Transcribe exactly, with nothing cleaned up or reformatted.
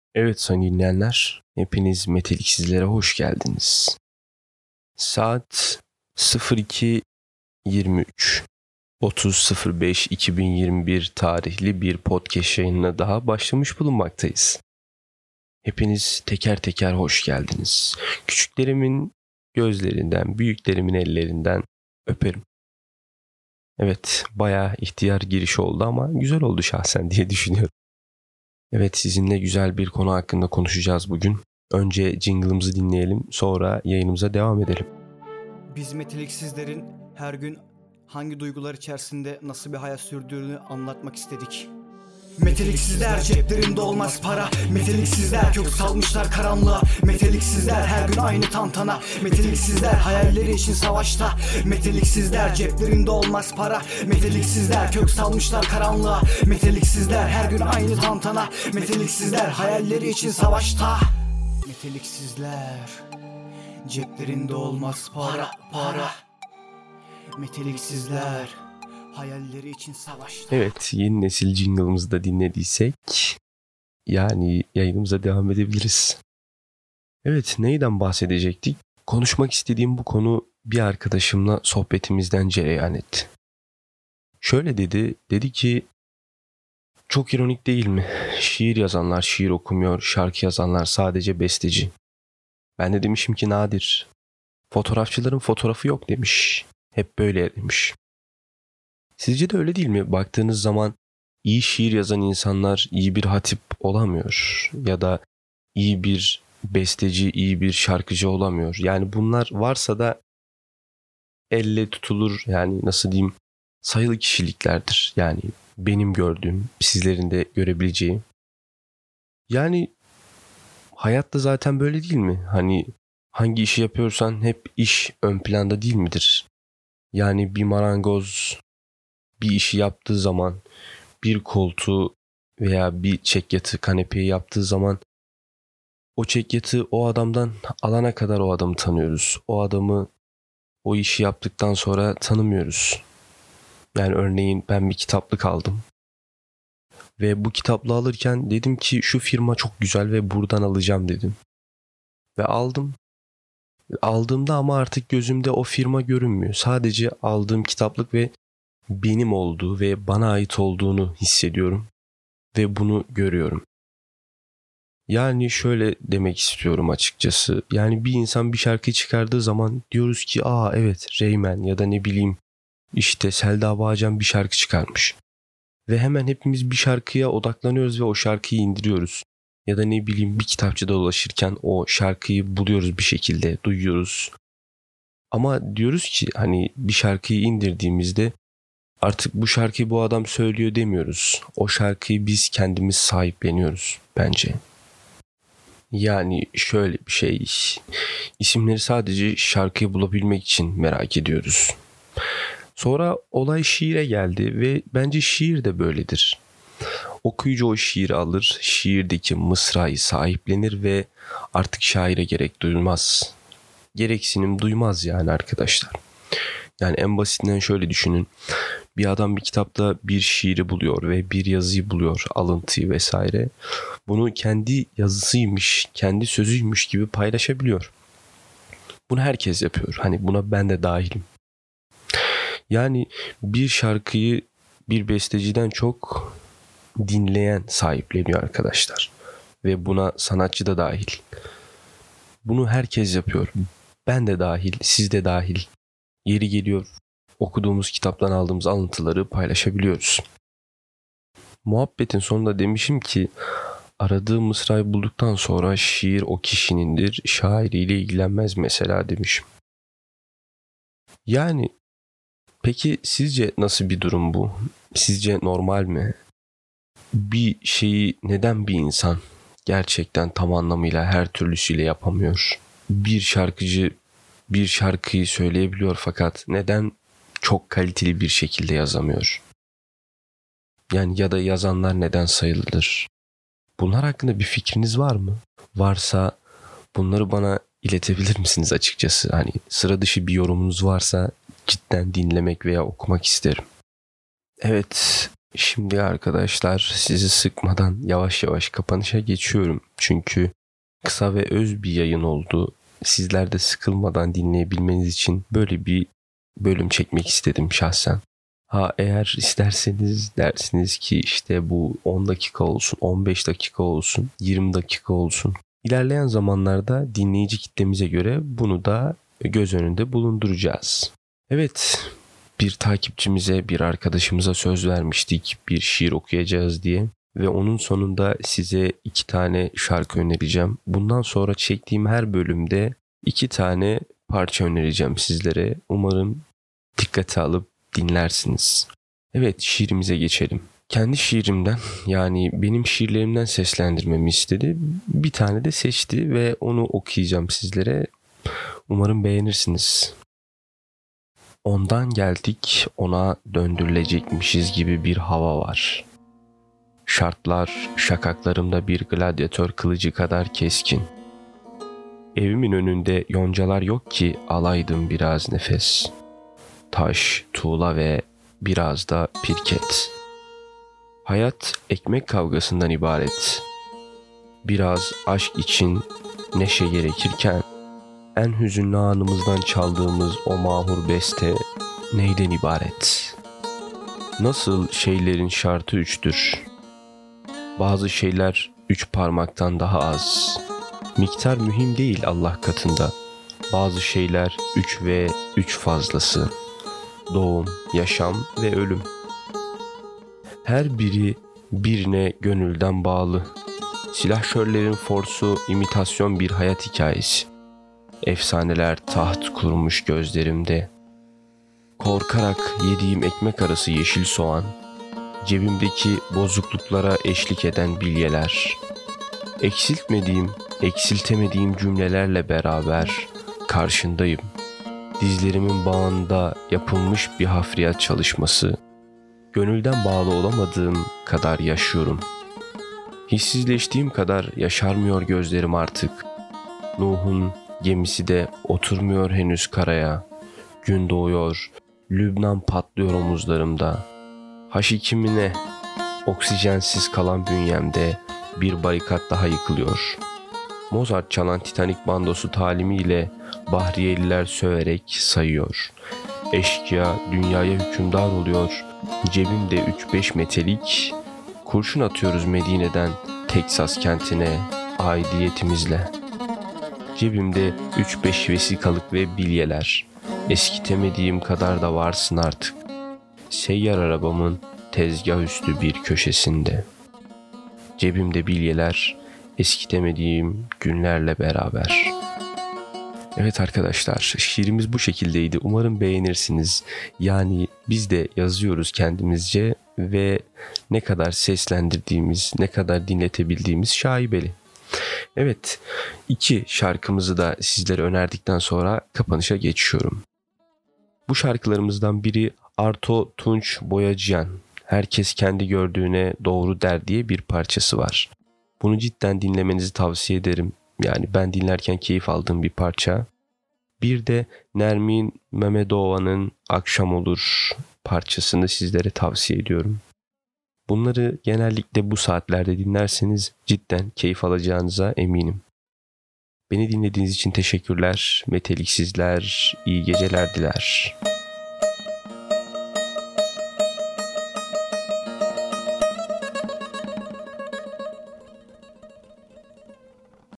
Evet sayın dinleyenler, hepiniz Meteliksizlere hoş geldiniz. Saat sıfır iki yirmi üç, otuz sıfır beş iki bin yirmi bir tarihli bir podcast yayınına daha başlamış bulunmaktayız. Hepiniz teker teker hoş geldiniz. Küçüklerimin gözlerinden, büyüklerimin ellerinden öperim. Evet, bayağı ihtiyar giriş oldu ama güzel oldu şahsen diye düşünüyorum. Evet, sizinle güzel bir konu hakkında konuşacağız bugün. Önce jingle'ımızı dinleyelim, sonra yayınımıza devam edelim. Biz meteliksizlerin her gün hangi duygular içerisinde nasıl bir hayat sürdüğünü anlatmak istedik. Meteliksizler ceplerinde olmaz para. Meteliksizler kök salmışlar karanlığa. Meteliksizler her gün aynı tantana. Meteliksizler hayalleri için savaşta. Meteliksizler ceplerinde olmaz para. Meteliksizler kök salmışlar karanlığa. Meteliksizler her gün aynı tantana. Meteliksizler hayalleri için savaşta. Meteliksizler ceplerinde olmaz para para. Meteliksizler hayalleri için savaşta. Evet, yeni nesil jingle'ımızı da dinlediysek yani yayınımıza devam edebiliriz. Evet, neyden bahsedecektik? Konuşmak istediğim bu konu bir arkadaşımla sohbetimizden cereyan etti. Şöyle dedi, dedi ki çok ironik değil mi? Şiir yazanlar şiir okumuyor, şarkı yazanlar sadece besteci. Ben de demişim ki nadir. Fotoğrafçıların fotoğrafı yok demiş. Hep böyle demiş. Sizce de öyle değil mi? Baktığınız zaman iyi şiir yazan insanlar iyi bir hatip olamıyor. Ya da iyi bir besteci, iyi bir şarkıcı olamıyor. Yani bunlar varsa da elle tutulur, yani nasıl diyeyim, sayılı kişiliklerdir. Yani benim gördüğüm, sizlerin de görebileceği. Yani hayatta zaten böyle değil mi? Hani hangi işi yapıyorsan hep iş ön planda değil midir? Yani bir marangoz bir işi yaptığı zaman, bir koltuğu veya bir çekyatı, kanepeyi yaptığı zaman o çekyatı o adamdan alana kadar o adamı tanıyoruz. O adamı o işi yaptıktan sonra tanımıyoruz. Yani örneğin ben bir kitaplık aldım. Ve bu kitaplığı alırken dedim ki şu firma çok güzel ve buradan alacağım dedim. Ve aldım. Aldığımda ama artık gözümde o firma görünmüyor. Sadece aldığım kitaplık ve benim olduğu ve bana ait olduğunu hissediyorum. Ve bunu görüyorum. Yani şöyle demek istiyorum açıkçası. Yani bir insan bir şarkı çıkardığı zaman diyoruz ki aa evet Reymen ya da ne bileyim işte Selda Bağcan bir şarkı çıkarmış. Ve hemen hepimiz bir şarkıya odaklanıyoruz ve o şarkıyı indiriyoruz. Ya da ne bileyim bir kitapçıda dolaşırken o şarkıyı buluyoruz bir şekilde, duyuyoruz. Ama diyoruz ki hani bir şarkıyı indirdiğimizde artık bu şarkıyı bu adam söylüyor demiyoruz. O şarkıyı biz kendimiz sahipleniyoruz bence. Yani şöyle bir şey, isimleri sadece şarkıyı bulabilmek için merak ediyoruz. Sonra olay şiire geldi ve bence şiir de böyledir. Okuyucu o şiiri alır, şiirdeki mısrayı sahiplenir ve artık şaire gerek duymaz. Gereksinim duymaz yani arkadaşlar. Yani en basitinden şöyle düşünün. Bir adam bir kitapta bir şiiri buluyor ve bir yazıyı buluyor, alıntıyı vesaire. Bunu kendi yazısıymış, kendi sözüymüş gibi paylaşabiliyor. Bunu herkes yapıyor. Hani buna ben de dahilim. Yani bir şarkıyı bir besteciden çok dinleyen sahipleniyor arkadaşlar. Ve buna sanatçı da dahil. Bunu herkes yapıyor. Ben de dahil, siz de dahil. Yeri geliyor, okuduğumuz kitaptan aldığımız alıntıları paylaşabiliyoruz. Muhabbetin sonunda demişim ki aradığı mısrayı bulduktan sonra şiir o kişinindir, şairiyle ilgilenmez mesela demişim. Yani peki sizce nasıl bir durum bu? Sizce normal mi? Bir şeyi neden bir insan gerçekten tam anlamıyla her türlüsüyle yapamıyor? Bir şarkıcı bir şarkıyı söyleyebiliyor fakat neden çok kaliteli bir şekilde yazamıyor? Yani ya da yazanlar neden sayılıdır? Bunlar hakkında bir fikriniz var mı? Varsa bunları bana iletebilir misiniz açıkçası? Hani sıra dışı bir yorumunuz varsa cidden dinlemek veya okumak isterim. Evet, Şimdi arkadaşlar sizi sıkmadan yavaş yavaş kapanışa geçiyorum. Çünkü kısa ve öz bir yayın oldu. Sizler de sıkılmadan dinleyebilmeniz için böyle bir bölüm çekmek istedim şahsen. Ha eğer isterseniz dersiniz ki işte bu on dakika olsun, on beş dakika olsun, yirmi dakika olsun. İlerleyen zamanlarda dinleyici kitlemize göre bunu da göz önünde bulunduracağız. Evet, bir takipçimize, bir arkadaşımıza söz vermiştik bir şiir okuyacağız diye. Ve onun sonunda size iki tane şarkı önereceğim. Bundan sonra çektiğim her bölümde iki tane parça önereceğim sizlere. Umarım dikkate alıp dinlersiniz. Evet, şiirimize geçelim. Kendi şiirimden, yani benim şiirlerimden seslendirmemi istedi. Bir tane de seçti ve onu okuyacağım sizlere. Umarım beğenirsiniz. Ondan geldik, ona döndürülecekmişiz gibi bir hava var. Şartlar şakaklarımda bir gladyatör kılıcı kadar keskin. Evimin önünde yoncalar yok ki alaydım biraz nefes. Taş, tuğla ve biraz da pirket. Hayat ekmek kavgasından ibaret. Biraz aşk için neşe gerekirken en hüzünlü anımızdan çaldığımız o mahur beste neyden ibaret? Nasıl şeylerin şartı üçtür. Bazı şeyler üç parmaktan daha az. Miktar mühim değil Allah katında. Bazı şeyler üç ve üç fazlası. Doğum, yaşam ve ölüm. Her biri birine gönülden bağlı. Silahşörlerin forsu imitasyon bir hayat hikayesi. Efsaneler taht kurmuş gözlerimde. Korkarak yediğim ekmek arası yeşil soğan. Cebimdeki bozukluklara eşlik eden bilyeler. Eksiltmediğim, eksiltemediğim cümlelerle beraber karşındayım. Dizlerimin bağında yapılmış bir hafriyat çalışması. Gönülden bağlı olamadığım kadar yaşıyorum. Hissizleştiğim kadar yaşarmıyor gözlerim artık. Nuh'un gemisi de oturmuyor henüz karaya. Gün doğuyor, Lübnan patlıyor omuzlarımda. Haşikimine, oksijensiz kalan bünyemde bir barikat daha yıkılıyor. Mozart çalan Titanic bandosu talimiyle Bahriyeliler söverek sayıyor. Eşkıya dünyaya hükümdar oluyor. Cebimde üç beş metelik. Kurşun atıyoruz Medine'den Teksas kentine aidiyetimizle. Cebimde üç beş vesikalık ve bilyeler. Eskitemediğim kadar da varsın artık. Seyyar arabamın tezgah üstü bir köşesinde. Cebimde bilyeler, eskitemediğim günlerle beraber. Evet arkadaşlar, şiirimiz bu şekildeydi. Umarım beğenirsiniz. Yani biz de yazıyoruz kendimizce ve ne kadar seslendirdiğimiz, ne kadar dinletebildiğimiz şaibeli. Evet, iki şarkımızı da sizlere önerdikten sonra kapanışa geçiyorum. Bu şarkılarımızdan biri Arto Tunç Boyacıyan, Herkes Kendi Gördüğüne Doğru Der diye bir parçası var. Bunu cidden dinlemenizi tavsiye ederim. Yani ben dinlerken keyif aldığım bir parça. Bir de Nermin Mehmedova'nın Akşam Olur parçasını sizlere tavsiye ediyorum. Bunları genellikle bu saatlerde dinlerseniz cidden keyif alacağınıza eminim. Beni dinlediğiniz için teşekkürler. Meteliksizler iyi geceler diler.